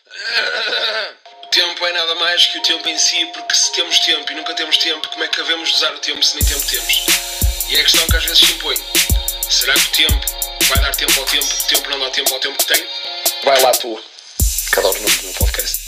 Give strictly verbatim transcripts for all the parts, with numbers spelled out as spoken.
O tempo é nada mais que o tempo em si, porque se temos tempo e nunca temos tempo, como é que devemos usar o tempo se nem tempo temos? E é a questão que às vezes se impõe. Será que o tempo vai dar tempo ao tempo, o tempo não dá tempo ao tempo que tem? Vai lá tu, que adoro o nome do meu podcast.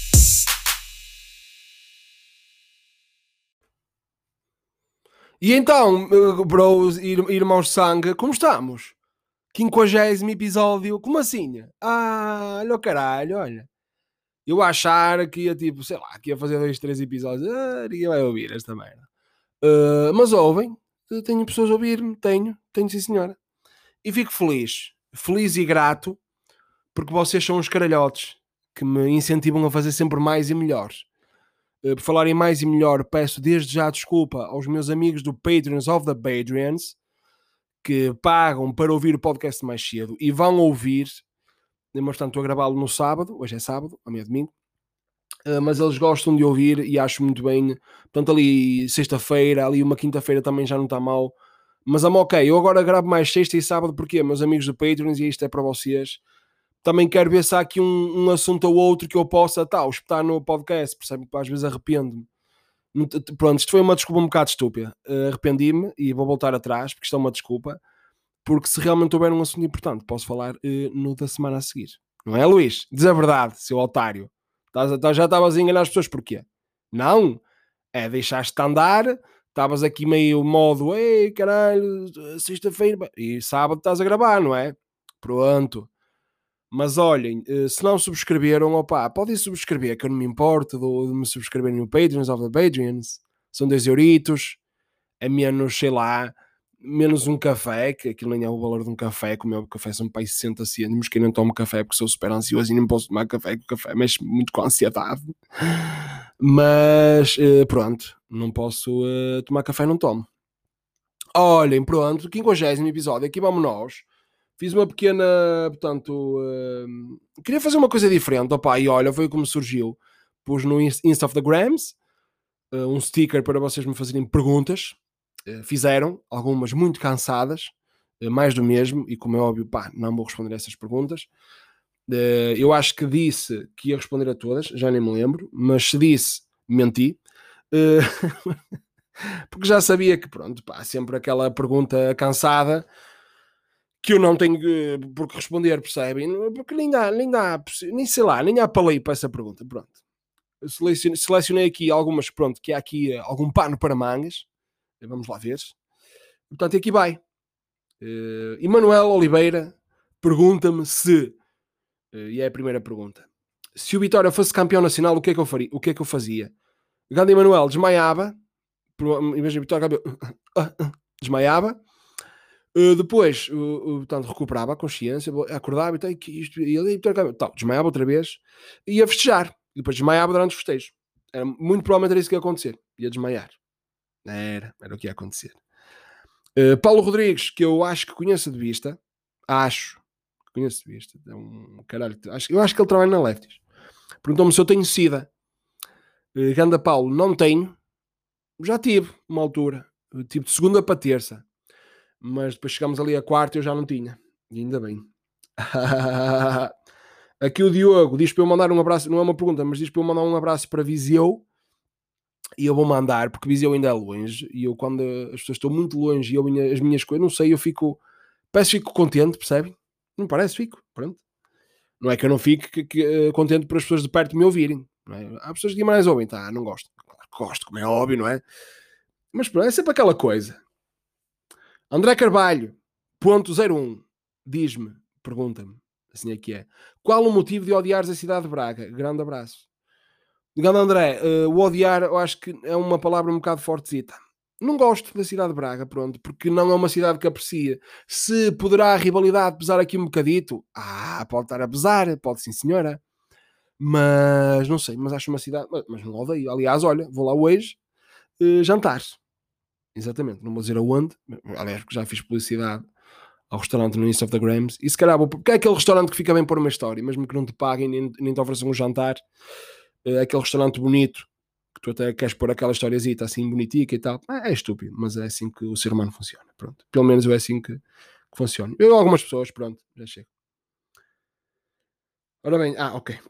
E então, bros, irmãos de sangue, como estamos? quinquagésimo episódio, como assim? Ah, olha o caralho, olha. Eu a achar que ia tipo, sei lá, que ia fazer dois, três episódios. Ah, ninguém vai ouvir esta merda. Uh, mas ouvem, tenho pessoas a ouvir-me, tenho, tenho sim senhora. E fico feliz, feliz e grato, porque vocês são uns caralhotes que me incentivam a fazer sempre mais e melhores. Uh, por falar em mais e melhor, peço desde já desculpa aos meus amigos do Patreons of the Patreons, que pagam para ouvir o podcast mais cedo e vão ouvir, mas portanto estou a gravá-lo no sábado, hoje é sábado, amanhã é domingo, uh, mas eles gostam de ouvir e acho muito bem. Portanto ali sexta-feira, ali uma quinta-feira também já não está mal, mas amo ok, eu agora gravo mais sexta e sábado porque, meus amigos do Patreons, e isto é para vocês, também quero ver se há aqui um, um assunto ou outro que eu possa tal, espetar no podcast, percebe? Às vezes arrependo-me. Pronto, isto foi uma desculpa um bocado estúpida. Uh, arrependi-me e vou voltar atrás, porque isto é uma desculpa, porque se realmente houver um assunto importante, posso falar uh, no da semana a seguir. Não é, Luís? Diz a verdade, seu otário. Tás, tás, já estavas a enganar as pessoas, porquê? Não, é deixaste-te andar, estavas aqui meio modo, ei caralho, sexta-feira, e sábado estás a gravar, não é? Pronto. Mas olhem, se não subscreveram, opa, podem subscrever, que eu não me importo de me subscreverem no Patreons of the Patreons. São dois euritos, é menos, sei lá, menos um café, que aquilo nem é o valor de um café, como é o café são para aí sessenta cêntimos, que eu não tomo café porque sou super ansioso e não posso tomar café, porque o café mexe muito com a ansiedade. Mas, pronto, não posso uh, tomar café, não tomo. Olhem, pronto, quinquagésimo episódio, aqui vamos nós. Fiz uma pequena, portanto, uh, queria fazer uma coisa diferente, opa, e olha, foi como surgiu. Pus no Insta of the Grams uh, um sticker para vocês me fazerem perguntas. Uh, fizeram, algumas muito cansadas, uh, mais do mesmo, e como é óbvio, pá, não vou responder a essas perguntas. Uh, eu acho que disse que ia responder a todas, já nem me lembro, mas se disse, menti. Uh, porque já sabia que, pronto, pá, sempre aquela pergunta cansada que eu não tenho por que responder, percebem? Porque nem dá, nem dá, nem sei lá, nem há palei para essa pergunta, pronto. Eu selecionei, selecionei aqui algumas, pronto, que há aqui algum pano para mangas, vamos lá ver. Portanto, aqui vai. Uh, Emanuel Oliveira pergunta-me se, uh, e é a primeira pergunta, se o Vitória fosse campeão nacional, o que é que eu faria? O que é que eu fazia? O grande Emanuel desmaiava, em vez de Vitória campeão, desmaiava. Uh, depois, uh, uh, portanto, recuperava a consciência, acordava e, que isto, e ele tal, desmaiava outra vez e ia festejar. E depois desmaiava durante os festejos. Era, muito provavelmente era isso que ia acontecer. Ia desmaiar. Era, era o que ia acontecer. Uh, Paulo Rodrigues, que eu acho que conheço de vista. Acho que conheço de vista. É um caralho. Acho, eu acho que ele trabalha na Lefties. Perguntou-me se eu tenho SIDA. Uh, Ganda Paulo, não tenho. Já tive, uma altura. Tipo de segunda para terça. Mas depois chegamos ali a quarta e eu já não tinha. E ainda bem. Aqui o Diogo diz para eu mandar um abraço, não é uma pergunta, mas diz para eu mandar um abraço para Viseu. E eu vou mandar, porque Viseu ainda é longe. E eu, quando as pessoas estão muito longe e eu, as minhas coisas, não sei, eu fico, parece que fico contente, percebem? Não parece, fico, pronto. Não é que eu não fique que, que, contente por as pessoas de perto me ouvirem. Não é? Há pessoas que Guimarães ouvem, tá, não gosto. Claro que gosto, como é óbvio, não é? Mas pronto, é sempre aquela coisa. André Carvalho, ponto zero um, diz-me, pergunta-me, assim é que é, qual o motivo de odiares a cidade de Braga? Grande abraço. Grande André, uh, o odiar eu acho que é uma palavra um bocado fortezita. Não gosto da cidade de Braga, pronto, porque não é uma cidade que aprecia. Se poderá a rivalidade pesar aqui um bocadito, ah, pode estar a pesar, pode sim senhora, mas não sei, mas acho uma cidade, mas, mas não odeio. Aliás, olha, vou lá hoje uh, jantar. Exatamente, não vou dizer aonde, aliás, porque já fiz publicidade ao restaurante no Insta of the Grams, e se calhar vou, porque é aquele restaurante que fica bem por uma história, mesmo que não te paguem, nem, nem te ofereçam um jantar, é aquele restaurante bonito, que tu até queres pôr aquela historiazita assim bonitica e tal, é, é estúpido, mas é assim que o ser humano funciona, pronto, pelo menos é assim que, que funciona. Eu, algumas pessoas, pronto, já chego. Ora bem, ah, ok, pronto,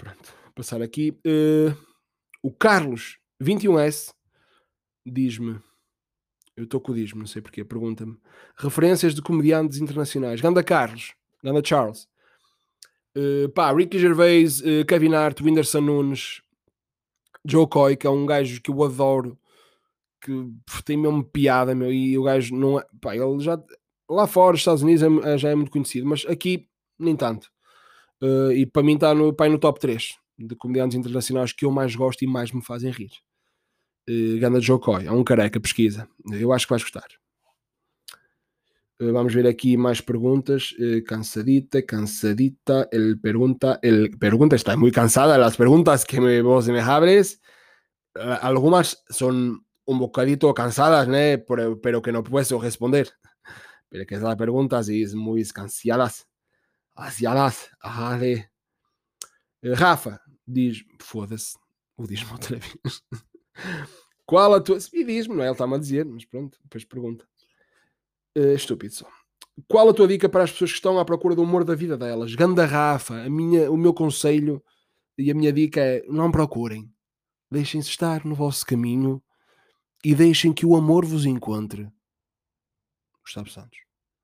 passar aqui. Uh, o Carlos vinte e um S diz-me, eu estou com o diz-me, não sei porquê, pergunta-me, referências de comediantes internacionais. Ganda Carlos, Ganda Charles, uh, pá, Ricky Gervais, uh, Kevin Hart, Whindersson Nunes, Joe Coy, que é um gajo que eu adoro, que pff, tem mesmo piada, meu, e o gajo não é, pá, ele já, lá fora, nos Estados Unidos, é, já é muito conhecido, mas aqui, nem tanto. Uh, e para mim está no, no top três de comediantes internacionais que eu mais gosto e mais me fazem rir. Uh, Ganda Joe Coy, é um careca, pesquisa. Eu acho que vais gostar. Uh, vamos ver aqui mais perguntas. Uh, cansadita, cansadita. Ele pergunta, ele pergunta, está muy cansada. Las preguntas que me, vos me abres, uh, algunas son un bocadito cansadas, ¿no? Pero, pero que no puedo responder. Pero que las preguntas es muy cansadas. Asiadas. Ah, de... Rafa diz, foda-se, o diz-me outra vez. Qual a tua... E diz-me, não é? Ele está-me a dizer, mas pronto, depois pergunta. Uh, estúpido só. Qual a tua dica para as pessoas que estão à procura do humor da vida delas? Ganda Rafa, a minha, o meu conselho e a minha dica é, não procurem. Deixem-se estar no vosso caminho e deixem que o amor vos encontre. Gustavo Santos.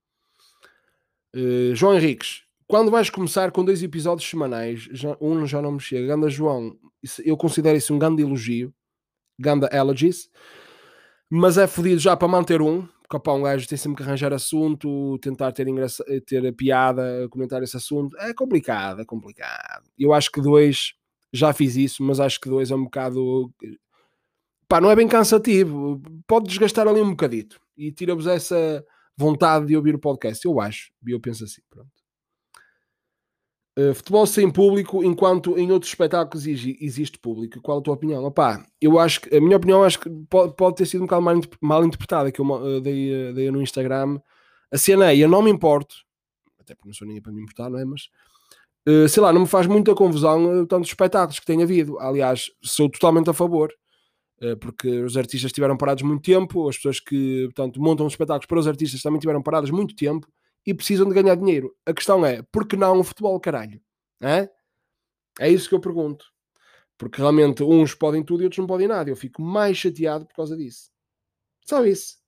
Uh, João Henriques, quando vais começar com dois episódios semanais, já, um já não me chega. Ganda João, isso, eu considero isso um grande elogio, ganda elogies, mas é fodido já para manter um, porque opa, um gajo tem sempre que arranjar assunto, tentar ter, engraça, ter a piada, comentar esse assunto, é complicado, é complicado. Eu acho que dois, já fiz isso, mas acho que dois é um bocado, pá, não é bem cansativo, pode desgastar ali um bocadito, e tira-vos essa vontade de ouvir o podcast, eu acho, e eu penso assim, pronto. Uh, futebol sem público, enquanto em outros espetáculos existe público. Qual a tua opinião? Opá, eu acho que, a minha opinião acho que pode, pode ter sido um bocado mal, mal interpretada, que eu uh, dei, uh, dei no Instagram. A cena é, eu não me importo, até porque não sou ninguém para me importar, não é? Mas, uh, sei lá, não me faz muita confusão uh, tantos espetáculos que tem havido. Aliás, sou totalmente a favor, uh, porque os artistas estiveram parados muito tempo, as pessoas que, portanto, montam os espetáculos para os artistas também estiveram paradas muito tempo, e precisam de ganhar dinheiro. A questão é, por que não o futebol, caralho? É? É isso que eu pergunto. Porque realmente uns podem tudo e outros não podem nada. Eu fico mais chateado por causa disso. Só isso.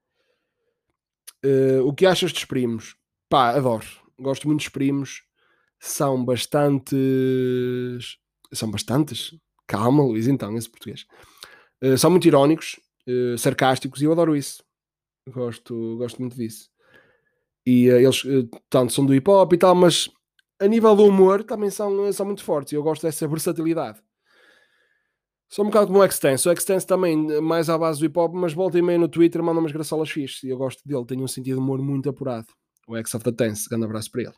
Uh, o que achas dos primos? Pá, adoro. Gosto muito dos primos. São bastantes... São bastantes? Calma, Luís, então, esse português. Uh, são muito irónicos, uh, sarcásticos, e eu adoro isso. Gosto, gosto muito disso. E uh, eles uh, tanto são do hip hop e tal, mas a nível do humor também são, uh, são muito fortes, e eu gosto dessa versatilidade. Sou um bocado como o X-Tense. O X-Tense também mais à base do hip hop, mas volta e meia no Twitter, manda umas graçolas fixes, e eu gosto dele, tem um sentido de humor muito apurado. O X of the Tense, grande abraço para ele.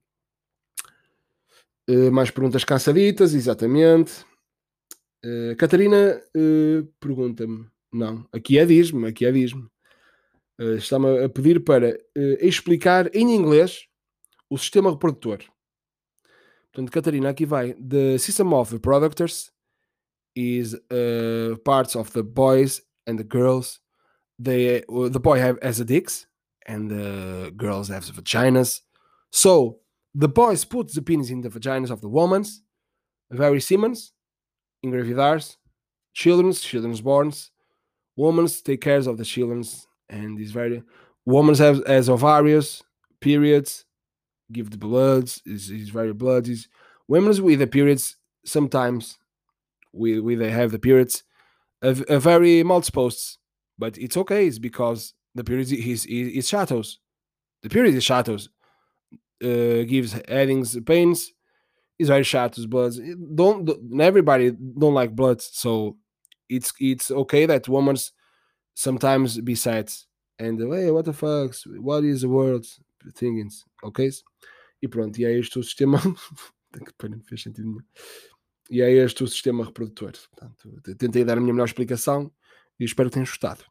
Uh, mais perguntas cansaditas, exatamente. Uh, Catarina uh, pergunta-me, não, aqui é diz-me, aqui é diz-me. Uh, está-me a pedir para uh, explicar em inglês o sistema reprodutor. Portanto, Catarina, aqui vai. The system of reproductors is uh, parts of the boys and the girls. They, uh, the boy have, has a dicks and the girls have the vaginas. So, the boys put the penis in the vaginas of the women, very Siemens, engravidars, children's, children's borns, women's take care of the children's. And these very women have as ovaries, periods, give the bloods, is is very bloody. Women's with the periods sometimes we we they have the periods, a, a very multiposts, but it's okay. It's because the periods is is, is shadows. The period is shadows. Uh, gives headings, pains. Is very shadows, bloods. Don't, don't everybody don't like blood, so it's it's okay that women's sometimes be sad and hey, what the fuck, what is the world thinking, ok? E pronto, e é este o sistema não fez sentido nenhum. E é este o sistema reprodutor. Portanto, tentei dar a minha melhor explicação e espero que tenham gostado.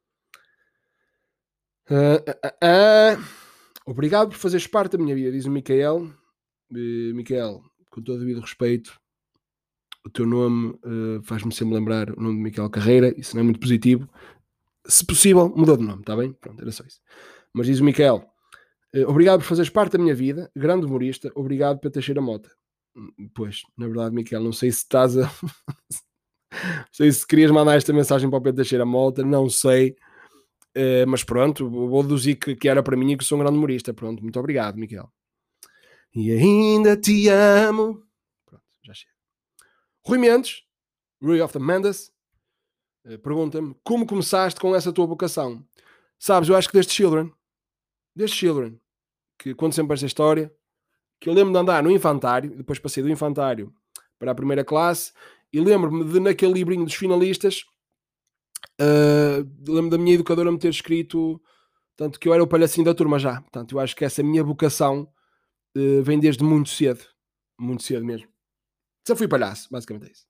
Uh, uh, uh. Obrigado por fazeres parte da minha vida, diz o Micael. Uh, Micael, com todo o devido respeito, o teu nome uh, faz-me sempre lembrar o nome de Micael Carreira, isso não é muito positivo. Se possível, mudou de nome, está bem? Pronto, era só isso. Mas diz o Micael, uh, obrigado por fazeres parte da minha vida, grande humorista, obrigado pela Teixeira Mota. Pois, na verdade, Miquel, não sei se estás a... não sei se querias mandar esta mensagem para o Pedro Teixeira Mota, não sei. Uh, mas pronto, vou deduzir que, que era para mim e que sou um grande humorista. Pronto, muito obrigado, Miquel. E ainda te amo. Pronto, já chega. Rui Mendes, Rui of the Mendes, uh, pergunta-me, como começaste com essa tua vocação? Sabes, eu acho que desde Children, desde Children, que conto sempre esta história, que eu lembro de andar no infantário, depois passei do infantário para a primeira classe, e lembro-me de naquele livrinho dos finalistas, uh, lembro da minha educadora me ter escrito, tanto que eu era o palhacinho da turma já. Portanto, eu acho que essa minha vocação uh, vem desde muito cedo, muito cedo mesmo. Já fui palhaço, basicamente é isso.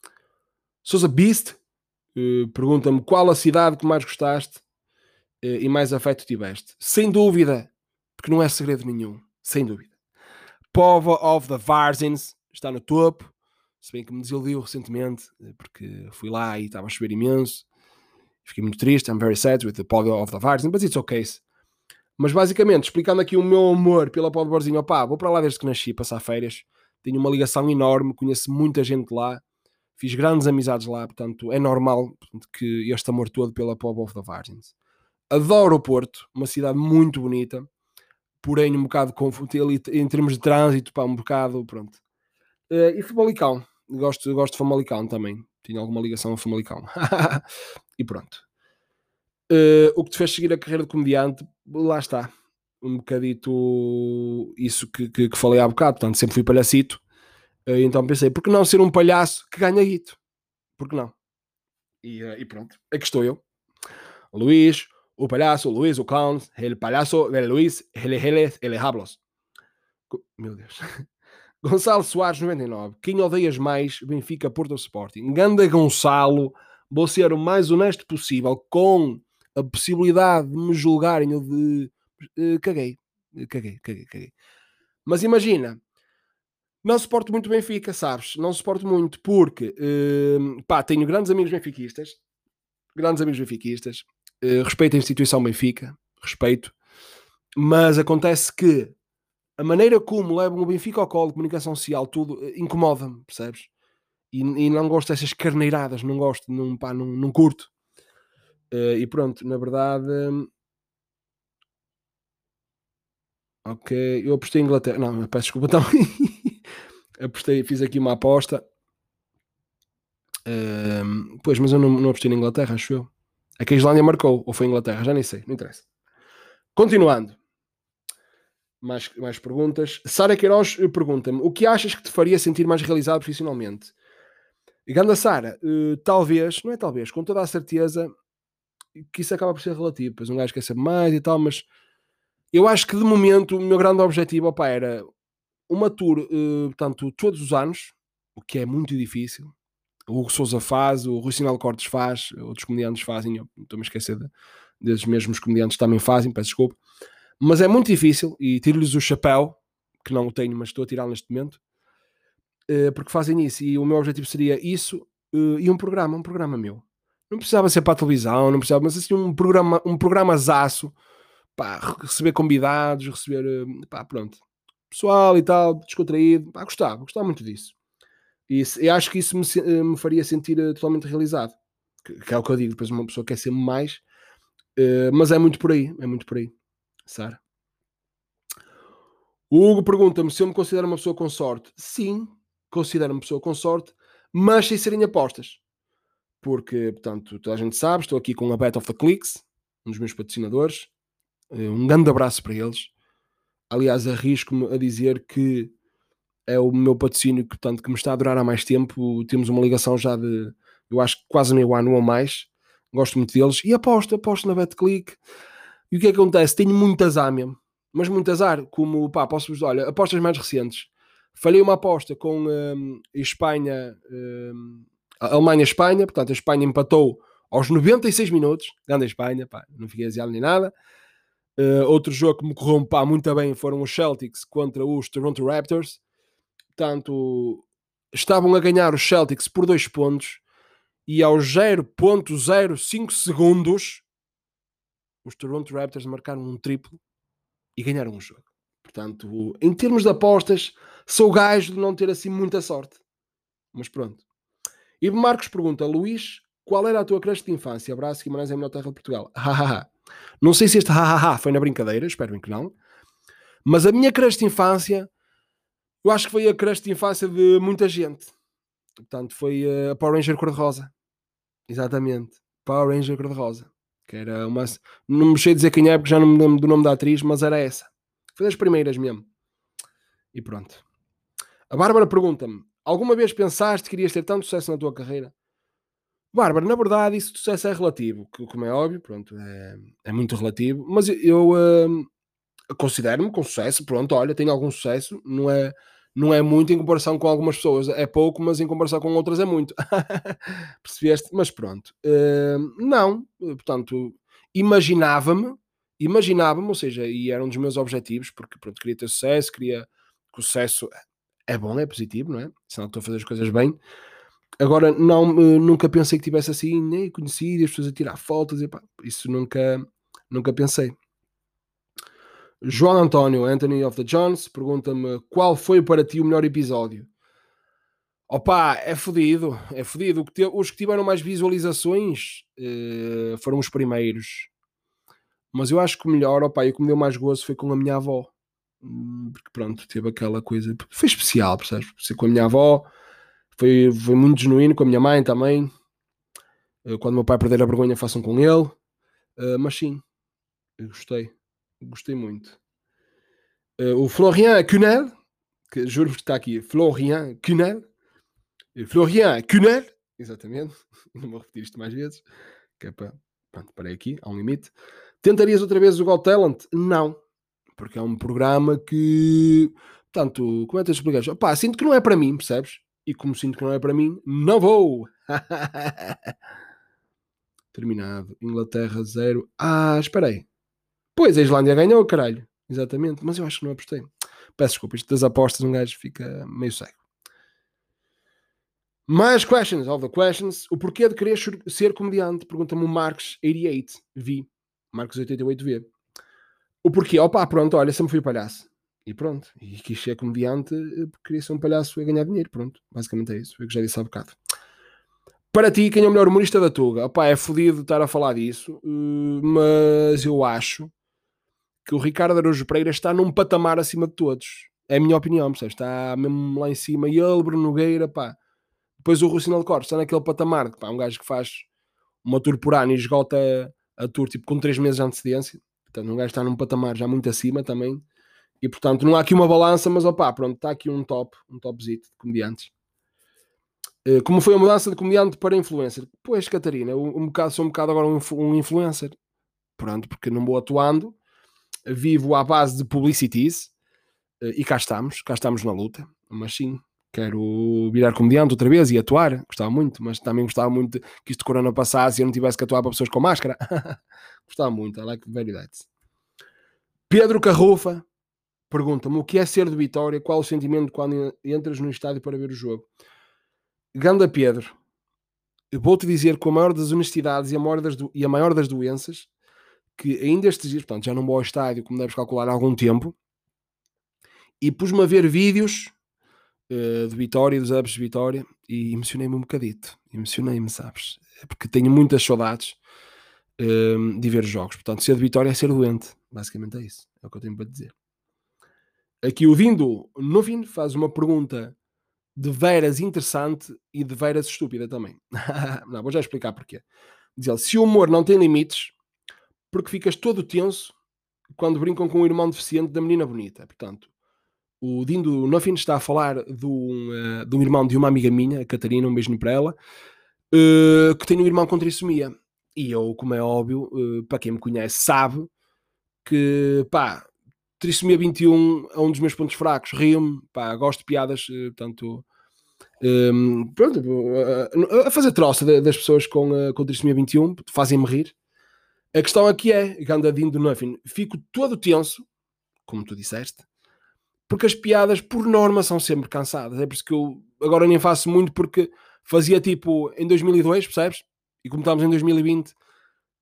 Sousa Beast uh, pergunta-me qual a cidade que mais gostaste uh, e mais afeto tiveste. Sem dúvida, porque não é segredo nenhum, sem dúvida. Povo of the Varzins está no topo, se bem que me desiludiu recentemente, porque fui lá e estava a chover imenso. Fiquei muito triste, I'm very sad with the Povo of the Varzins, but it's okay. Mas basicamente, explicando aqui o meu amor pela Povo de Varzim, opá, vou para lá desde que nasci, passar férias, tenho uma ligação enorme, conheço muita gente lá, fiz grandes amizades lá, portanto é normal portanto, que este amor todo pela Povo of the Varzins. Adoro o Porto, uma cidade muito bonita, porém um bocado confuso em termos de trânsito, pá, um bocado, pronto. Uh, e Famalicão, gosto, gosto de Famalicão também, tinha alguma ligação a Famalicão. E pronto. Uh, o que te fez seguir a carreira de comediante, lá está, um bocadito isso que, que, que falei há bocado, portanto sempre fui palhacito, uh, então pensei, por que não ser um palhaço que ganha guito? Por que não? E, uh, e pronto, aqui estou eu, Luís, o palhaço, Luís, o clown, el palhaço de Luís, ele, ele, ele hablos. Meu Deus. Gonçalo Soares, noventa e nove. Quem odeias mais, Benfica, Porto ou Sporting? Ganda Gonçalo, vou ser o mais honesto possível, com a possibilidade de me julgarem ou de... Uh, caguei. Caguei, caguei, caguei. Mas imagina, não suporto muito Benfica, sabes? Não suporto muito porque, uh, pá, tenho grandes amigos benfiquistas, grandes amigos benfiquistas, uh, respeito a instituição Benfica, respeito, mas acontece que a maneira como levam o Benfica ao colo, comunicação social, tudo, incomoda-me, percebes? E, e não gosto dessas carneiradas, não gosto, não, pá, não, não curto. Uh, e pronto, na verdade... Um, ok, eu apostei em Inglaterra. Não, peço desculpa, então. apostei, fiz aqui uma aposta. Um, pois, mas eu não, não apostei na Inglaterra, acho eu. É que a Islândia marcou, ou foi a Inglaterra, já nem sei, não interessa. Continuando. Mais, mais perguntas. Sara Queiroz pergunta-me: o que achas que te faria sentir mais realizado profissionalmente? E Ganda Sara, uh, talvez, não é talvez, com toda a certeza que isso acaba por ser relativo, pois um gajo quer saber mais e tal, mas eu acho que de momento o meu grande objetivo, opa, era uma tour, uh, portanto, todos os anos, o que é muito difícil. O Hugo Sousa faz, o Rui Sinal Cortes faz, outros comediantes fazem, eu estou-me a esquecer de, desses mesmos comediantes também fazem, peço desculpa. Mas é muito difícil e tiro-lhes o chapéu, que não o tenho, mas estou a tirar neste momento, porque fazem isso. E o meu objetivo seria isso e um programa, um programa meu. Não precisava ser para a televisão, não precisava, mas assim um programa, um programazaço, pá, receber convidados, receber, pá, pronto, pessoal e tal, descontraído, pá, gostava, gostava muito disso. E eu acho que isso me, me faria sentir totalmente realizado, que, que é o que eu digo, depois uma pessoa quer ser mais, mas é muito por aí, é muito por aí. Sara. O Hugo pergunta-me se eu me considero uma pessoa com sorte. Sim, considero-me uma pessoa com sorte, mas sem serem apostas. Porque, portanto, toda a gente sabe, estou aqui com a Bet of the Clicks, um dos meus patrocinadores. Um grande abraço para eles. Aliás, arrisco-me a dizer que é o meu patrocínio que, portanto, que me está a durar há mais tempo. Temos uma ligação já de, eu acho que quase meio ano ou mais. Gosto muito deles. E aposto, aposto na BetClick. E o que é que acontece? Tenho muito azar mesmo. Mas muito azar. Como, pá, posso-vos... Olha, apostas mais recentes. Falhei uma aposta com um, Espanha... Um, Alemanha-Espanha. Portanto, a Espanha empatou aos noventa e seis minutos. Grande Espanha, pá. Não fiquei aziado nem nada. Uh, outro jogo que me corrompe, pá, muito bem foram os Celtics contra os Toronto Raptors. Portanto, estavam a ganhar os Celtics por dois pontos. E aos zero ponto zero cinco segundos... os Toronto Raptors marcaram um triplo e ganharam um jogo. Portanto, em termos de apostas, sou gajo de não ter assim muita sorte. Mas pronto. Ivo Marcos pergunta, Luís, qual era a tua crush de infância? Abraço, Guimarães é a melhor terra de Portugal. Não sei se este ha foi na brincadeira, espero bem que não. Mas a minha crush de infância, eu acho que foi a crush de infância de muita gente. Portanto, foi a Power Ranger cor-de-rosa. Exatamente. Power Ranger cor-de-rosa. Que era uma... Não me sei dizer quem é, porque já não me lembro do nome da atriz, mas era essa. Foi das primeiras mesmo. E pronto. A Bárbara pergunta-me, alguma vez pensaste que querias ter tanto sucesso na tua carreira? Bárbara, na verdade, isso de sucesso é relativo, que, como é óbvio, pronto, é, é muito relativo, mas eu uh, considero-me com sucesso, pronto, olha, tenho algum sucesso, não é, não é muito em comparação com algumas pessoas, é pouco, mas em comparação com outras é muito. Percebeste? Mas pronto, uh, não, portanto, imaginava-me, imaginava-me, ou seja, e era um dos meus objetivos, porque pronto, queria ter sucesso, queria que o sucesso é bom, é positivo, não é? Senão estou a fazer as coisas bem. Agora, não, nunca pensei que tivesse assim, nem conhecido, as pessoas a tirar fotos, e pá, isso nunca, nunca pensei. João António, Anthony of the Jones, pergunta-me qual foi para ti o melhor episódio? Opa, é fodido, é fodido. Os que tiveram mais visualizações uh, foram os primeiros. Mas eu acho que o melhor, opa, e o que me deu mais gozo foi com a minha avó. Porque pronto, teve aquela coisa, foi especial, percebes? Ser com a minha avó. Foi, foi muito genuíno, com a minha mãe também. Quando meu pai perder a vergonha, façam com ele. Uh, mas sim, eu gostei. Gostei muito. Uh, o Florian Cunel, que juro-vos que está aqui, Florian Cunel. Florian Cunel, exatamente. Não vou repetir isto mais vezes. Que é para... Pronto, parei aqui, há um limite. Tentarias outra vez o Got Talent? Não. Porque é um programa que... Portanto, como é que te explicar? Opá, sinto que não é para mim, percebes? E como sinto que não é para mim, não vou. Terminado. Inglaterra zero. Ah, espera aí. Pois, a Islândia ganhou, caralho. Exatamente. Mas eu acho que não apostei. Peço desculpa. Isto das apostas, um gajo fica meio cego. Mais questions. All the questions. O porquê de querer ser comediante? Pergunta-me o Marcos oitenta e oito V. Marcos oitenta e oito V. O porquê? Opa, pronto, olha, sempre fui palhaço. E pronto, e quis ser comediante porque queria ser um palhaço e ganhar dinheiro, pronto, basicamente é isso, foi o que já disse há bocado. Para ti, quem é o melhor humorista da Tuga? Opa, é fodido estar a falar disso, mas eu acho que o Ricardo Araújo Pereira está num patamar acima de todos, é a minha opinião, percebes? Está mesmo lá em cima, e ele, Bruno Nogueira, pá. Depois o Rucinel Cortes está naquele patamar, pá, um gajo que faz uma tour por ano e esgota a tour tipo, com três meses de antecedência, portanto um gajo está num patamar já muito acima também. E portanto não há aqui uma balança, mas opá, pronto, está aqui um top, um topzito de comediantes. Uh, como foi a mudança de comediante para influencer? Pois, Catarina, um, um bocado, sou um bocado agora um, um influencer. Pronto, porque não vou atuando, vivo à base de publicities, uh, e cá estamos, cá estamos na luta, mas sim, quero virar comediante outra vez e atuar, gostava muito, mas também gostava muito que isto de corona passasse e eu não tivesse que atuar para pessoas com máscara. Gostava muito, I like very that. Pedro Carrufa pergunta-me o que é ser de Vitória, qual o sentimento quando entras no estádio para ver o jogo. Ganda Pedro, vou-te dizer com a maior das honestidades e a maior das, do... e a maior das doenças, que ainda estes dias, portanto, já não vou ao estádio, como deves calcular há algum tempo, e pus-me a ver vídeos uh, de Vitória, dos adeptos de Vitória, e emocionei-me um bocadito. Emocionei-me, sabes? Porque tenho muitas saudades uh, de ver os jogos. Portanto, ser de Vitória é ser doente. Basicamente é isso. É o que eu tenho para dizer. Aqui o Vindo Novin faz uma pergunta de veras interessante e de veras estúpida também. Não, vou já explicar porquê. Diz ele, se o humor não tem limites, porque ficas todo tenso quando brincam com o irmão deficiente da menina bonita. Portanto, o Dindo Novin está a falar de um, uh, de um irmão de uma amiga minha, a Catarina, um beijinho para ela, uh, que tem um irmão com trissomia. E eu, como é óbvio, uh, para quem me conhece, sabe que, pá, trissomia vinte e um é um dos meus pontos fracos. Rio-me, pá, gosto de piadas, portanto, um, pronto, a fazer troça das pessoas com, com trissomia vinte e um, fazem-me rir. A questão aqui é, Gandadinho do Nuffin, fico todo tenso, como tu disseste, porque as piadas, por norma, são sempre cansadas. É por isso que eu agora nem faço muito, porque fazia tipo em dois mil e dois, percebes? E como estamos em dois mil e vinte,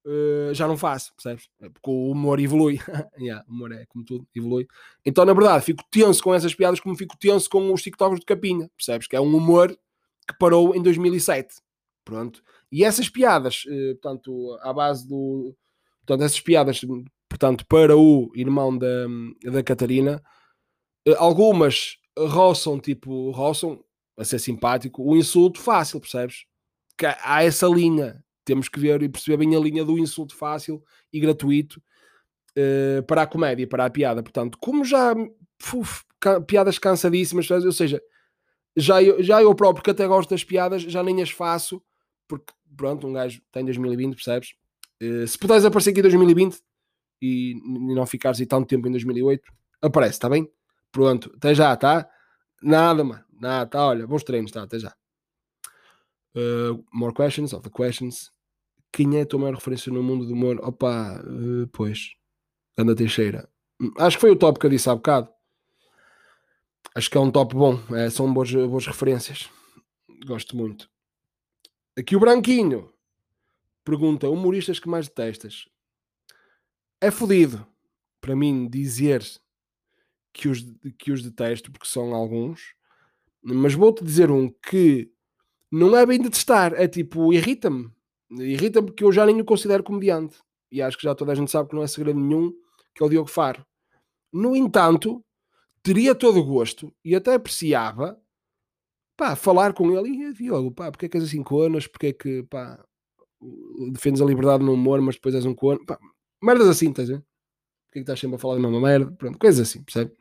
uh, já não faço, percebes? Porque o humor evolui. Yeah, o humor é como tudo, evolui. Então, na verdade, fico tenso com essas piadas como fico tenso com os TikToks de Capinha, percebes? Que é um humor que parou em dois mil e sete. Pronto. E essas piadas, uh, portanto, à base do... Portanto, essas piadas, portanto, para o irmão da, da Catarina, uh, algumas roçam, tipo, roçam, a ser simpático, o insulto fácil, percebes? Que há essa linha. Temos que ver e perceber bem a linha do insulto fácil e gratuito uh, para a comédia, para a piada. Portanto, como já uf, ca- piadas cansadíssimas, ou seja, já eu, já eu próprio que até gosto das piadas, já nem as faço, porque pronto, um gajo tem dois mil e vinte, percebes? Uh, se puderes aparecer aqui em dois mil e vinte e, e não ficares aí tanto tempo em dois mil e oito, aparece, está bem? Pronto, até já, tá? Nada, mano, nada, tá, olha, bons treinos, tá, até já. Uh, more questions of the questions. Quem é a tua maior referência no mundo do humor? Opa, uh, pois, Anda Teixeira. Acho que foi o top que eu disse há bocado. Acho que é um top bom. É, são boas, boas referências. Gosto muito. Aqui o Branquinho pergunta: humoristas que mais detestas? É fodido para mim dizer que os, que os detesto, porque são alguns, mas vou-te dizer um que não é bem detestar, é tipo, irrita-me. Irrita-me porque eu já nem o considero comediante. E acho que já toda a gente sabe que não é segredo nenhum, que é o Diogo Faro. No entanto, teria todo o gosto e até apreciava, pá, falar com ele e Diogo, pá, porque é que és assim conas, porque é que, pá, defendes a liberdade no humor, mas depois és um cono, pá, merdas assim, estás a ver? Porque é que estás sempre a falar de uma merda, pronto, coisas assim, percebe?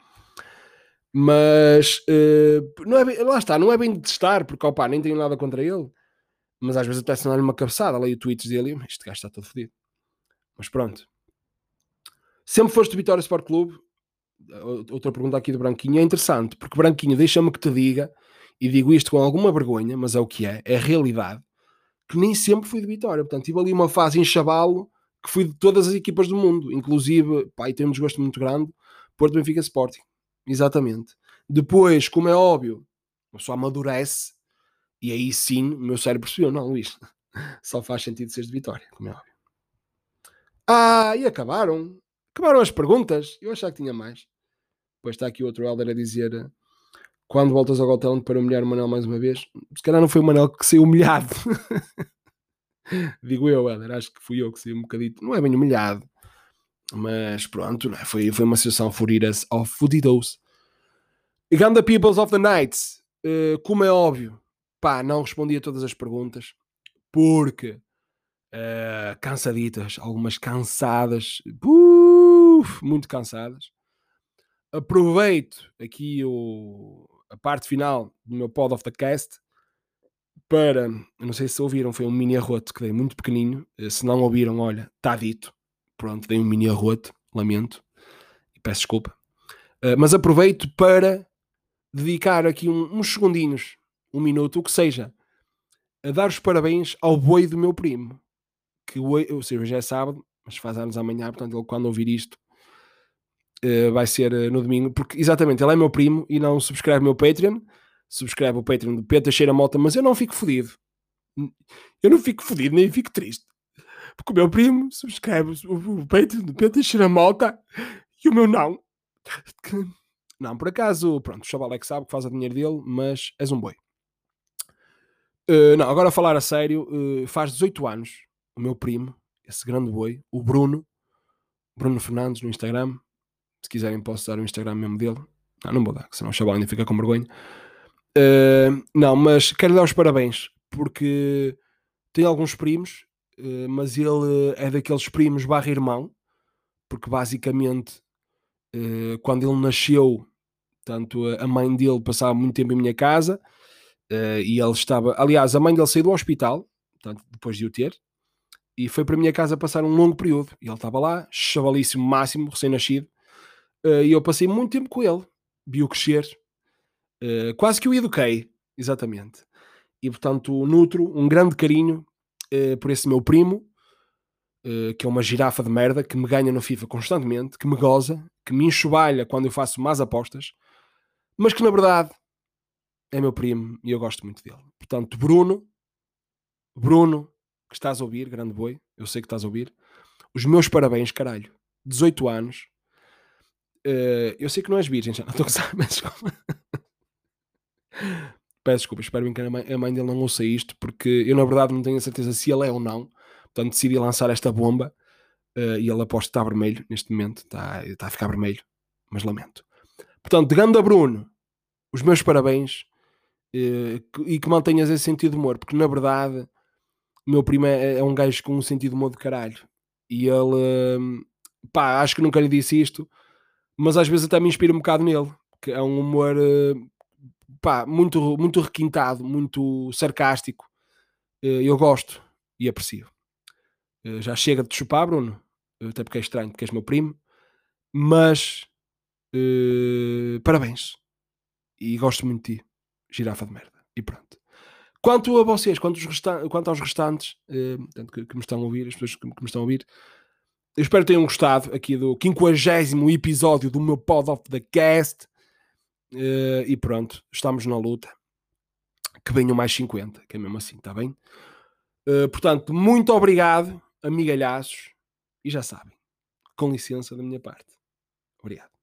Mas, uh, não é bem, lá está, não é bem de testar, porque, opá, nem tenho nada contra ele, mas às vezes até se dar-lhe uma cabeçada, leio tweets dele e este gajo está todo fodido. Mas pronto. Sempre foste do Vitória Sport Clube? Outra pergunta aqui do Branquinho. É interessante, porque Branquinho, deixa-me que te diga, e digo isto com alguma vergonha, mas é o que é, é a realidade, que nem sempre fui de Vitória. Portanto, tive ali uma fase em chavalo que fui de todas as equipas do mundo, inclusive, pá, e tem um desgosto muito grande, Porto, Benfica, Sporting. Exatamente. Depois, como é óbvio, a pessoa amadurece, e aí sim o meu cérebro percebeu, não, Luís, só faz sentido seres de Vitória, como é óbvio. Ah, e acabaram. Acabaram as perguntas. Eu achava que tinha mais. Depois está aqui outro Helder a dizer: quando voltas ao Got Talent para humilhar o Manel mais uma vez? Se calhar não foi o Manel que saiu humilhado. Digo eu, Helder. Acho que fui eu que saí um bocadito. Não é bem humilhado. Mas pronto, não é? foi, foi uma situação furidas of fudidos. Ganda Peoples of the Nights. Uh, como é óbvio, pá, não respondi a todas as perguntas. Porque uh, cansaditas, algumas cansadas, uf, muito cansadas. Aproveito aqui o, a parte final do meu pod of the cast para, não sei se ouviram, foi um mini arroto que dei muito pequenino. Se não ouviram, olha, está dito. Pronto, dei um mini arroto, lamento e peço desculpa. Uh, mas aproveito para dedicar aqui um, uns segundinhos, um minuto, o que seja, a dar os parabéns ao boi do meu primo, que ou seja, hoje é sábado, mas faz anos amanhã, portanto ele quando ouvir isto uh, vai ser uh, no domingo, porque exatamente, ele é meu primo e não subscreve o meu Patreon, subscreve o Patreon do Pedro Teixeira Mota, mas eu não fico fodido. Eu não fico fodido, nem fico triste. Porque o meu primo subscreve o, o Patreon do Pedro Teixeira Mota e o meu não. Não, por acaso, pronto, o chaval é que sabe que faz o dinheiro dele, mas és um boi. Uh, não, agora a falar a sério, uh, faz dezoito anos, o meu primo, esse grande boi, o Bruno, Bruno Fernandes no Instagram, se quiserem posso dar o Instagram mesmo dele. Não, não vou dar, senão o chaval ainda fica com vergonha. Uh, não, mas quero dar os parabéns, porque tem alguns primos, uh, mas ele é daqueles primos barra irmão, porque basicamente uh, quando ele nasceu, portanto, a mãe dele passava muito tempo em minha casa, uh, e ele estava, aliás, a mãe dele saiu do hospital, portanto, depois de o ter, e foi para a minha casa passar um longo período, e ele estava lá, chavalíssimo máximo, recém-nascido, uh, e eu passei muito tempo com ele, vi-o crescer, uh, quase que o eduquei, exatamente, e portanto nutro um grande carinho uh, por esse meu primo, uh, que é uma girafa de merda, que me ganha no FIFA constantemente, que me goza, que me enxovalha quando eu faço más apostas, mas que na verdade é meu primo e eu gosto muito dele. Portanto, Bruno, Bruno, que estás a ouvir, grande boi, eu sei que estás a ouvir, os meus parabéns, caralho. dezoito anos. Uh, eu sei que não és virgem, já não estou a gozar, mas desculpa. Peço desculpa, espero bem que a mãe, a mãe dele não ouça isto, porque eu na verdade não tenho a certeza se ele é ou não. Portanto, decidi lançar esta bomba uh, e ele aposto que está vermelho neste momento. Está, está a ficar vermelho, mas lamento. Portanto, de Ganda Bruno, os meus parabéns uh, que, e que mantenhas esse sentido de humor, porque na verdade o meu primo é, é um gajo com um sentido de humor de caralho. E ele, uh, pá, acho que nunca lhe disse isto, mas às vezes até me inspira um bocado nele, que é um humor uh, pá, muito, muito requintado, muito sarcástico. Uh, eu gosto e aprecio. Uh, já chega de te chupar, Bruno, até porque é estranho, porque és meu primo, mas uh, parabéns. E gosto muito de ti, girafa de merda. E pronto. Quanto a vocês, quanto, aos, restan- quanto aos restantes uh, que, que me estão a ouvir, as pessoas que, que me estão a ouvir, eu espero que tenham gostado aqui do quinquagésimo episódio do meu Pod of the Cast. Uh, e pronto, estamos na luta. Que venham mais cinquenta, que é mesmo assim, está bem? Uh, portanto, muito obrigado, amigalhaços. E já sabem, com licença da minha parte. Obrigado.